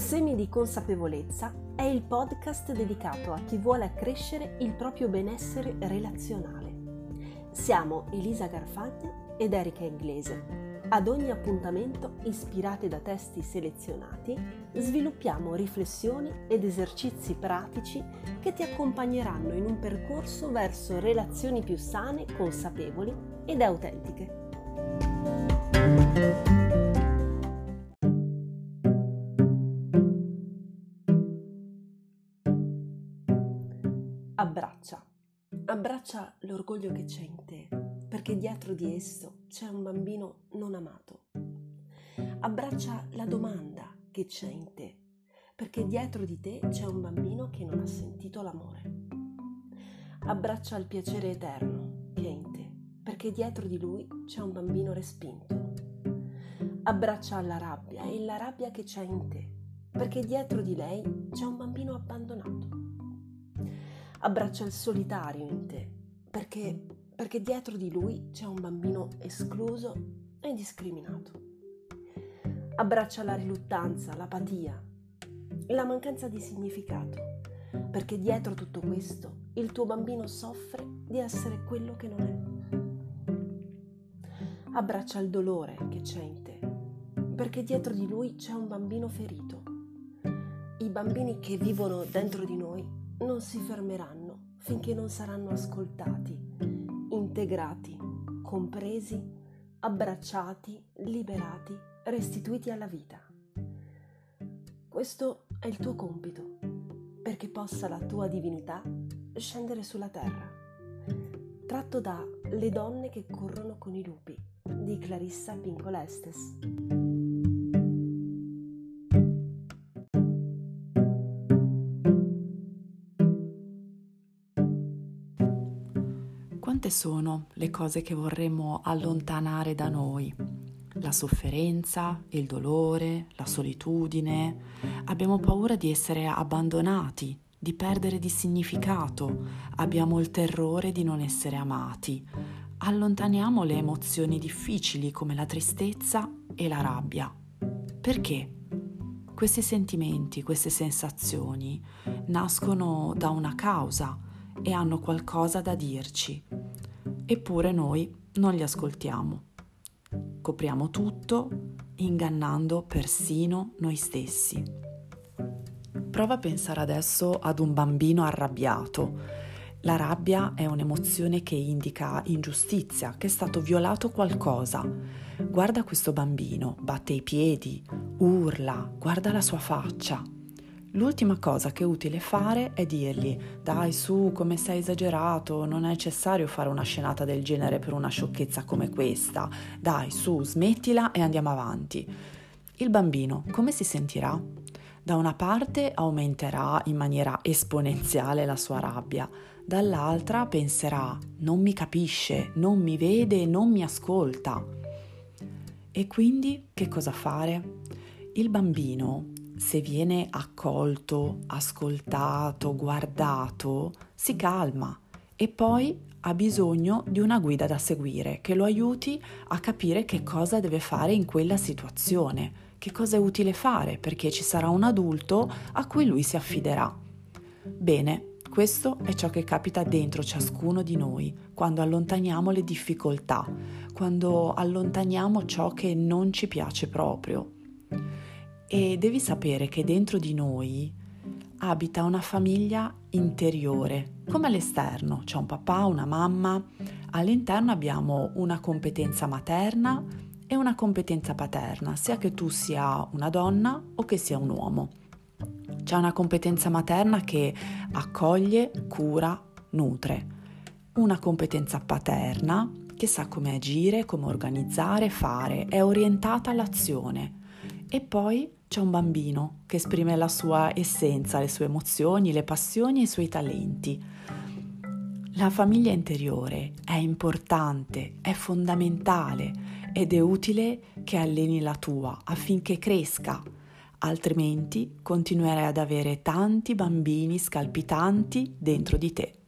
Semi di consapevolezza è il podcast dedicato a chi vuole accrescere il proprio benessere relazionale. Siamo Elisa Garfagna ed Erika Inglese. Ad ogni appuntamento, ispirate da testi selezionati, sviluppiamo riflessioni ed esercizi pratici che ti accompagneranno in un percorso verso relazioni più sane, consapevoli ed autentiche. Abbraccia l'orgoglio che c'è in te, perché dietro di esso c'è un bambino non amato. Abbraccia la domanda che c'è in te, perché dietro di te c'è un bambino che non ha sentito l'amore. Abbraccia il piacere eterno che è in te, perché dietro di lui c'è un bambino respinto. Abbraccia la rabbia e la rabbia che c'è in te, perché dietro di lei c'è un bambino abbandonato. Abbraccia il solitario in te, perché dietro di lui c'è un bambino escluso e discriminato. Abbraccia la riluttanza, l'apatia, la mancanza di significato, perché dietro tutto questo il tuo bambino soffre di essere quello che non è. Abbraccia il dolore che c'è in te, perché dietro di lui c'è un bambino ferito. I bambini che vivono dentro di noi non si fermeranno finché non saranno ascoltati, integrati, compresi, abbracciati, liberati, restituiti alla vita. Questo è il tuo compito, perché possa la tua divinità scendere sulla terra. Tratto da Le donne che corrono con i lupi di Clarissa Pinkola Estes. Quante sono le cose che vorremmo allontanare da noi? La sofferenza, il dolore, la solitudine. Abbiamo paura di essere abbandonati, di perdere di significato. Abbiamo il terrore di non essere amati. Allontaniamo le emozioni difficili come la tristezza e la rabbia. Perché? Questi sentimenti, queste sensazioni nascono da una causa e hanno qualcosa da dirci. Eppure noi non li ascoltiamo. Copriamo tutto, ingannando persino noi stessi. Prova a pensare adesso ad un bambino arrabbiato. La rabbia è un'emozione che indica ingiustizia, che è stato violato qualcosa. Guarda questo bambino, batte i piedi, urla, guarda la sua faccia. L'ultima cosa che è utile fare è dirgli: dai su, come sei esagerato, non è necessario fare una scenata del genere per una sciocchezza come questa, dai su, smettila e andiamo avanti. Il bambino come si sentirà? Da una parte aumenterà in maniera esponenziale la sua rabbia, dall'altra penserà: non mi capisce, non mi vede, non mi ascolta. E quindi che cosa fare? Il bambino, se viene accolto, ascoltato, guardato, si calma e poi ha bisogno di una guida da seguire che lo aiuti a capire che cosa deve fare in quella situazione, che cosa è utile fare, perché ci sarà un adulto a cui lui si affiderà. Bene, questo è ciò che capita dentro ciascuno di noi quando allontaniamo le difficoltà, quando allontaniamo ciò che non ci piace proprio. E devi sapere che dentro di noi abita una famiglia interiore, come all'esterno. C'è un papà, una mamma, all'interno abbiamo una competenza materna e una competenza paterna, sia che tu sia una donna o che sia un uomo. C'è una competenza materna che accoglie, cura, nutre. Una competenza paterna che sa come agire, come organizzare, fare, è orientata all'azione. E poi c'è un bambino che esprime la sua essenza, le sue emozioni, le passioni e i suoi talenti. La famiglia interiore è importante, è fondamentale ed è utile che alleni la tua affinché cresca, altrimenti continuerai ad avere tanti bambini scalpitanti dentro di te.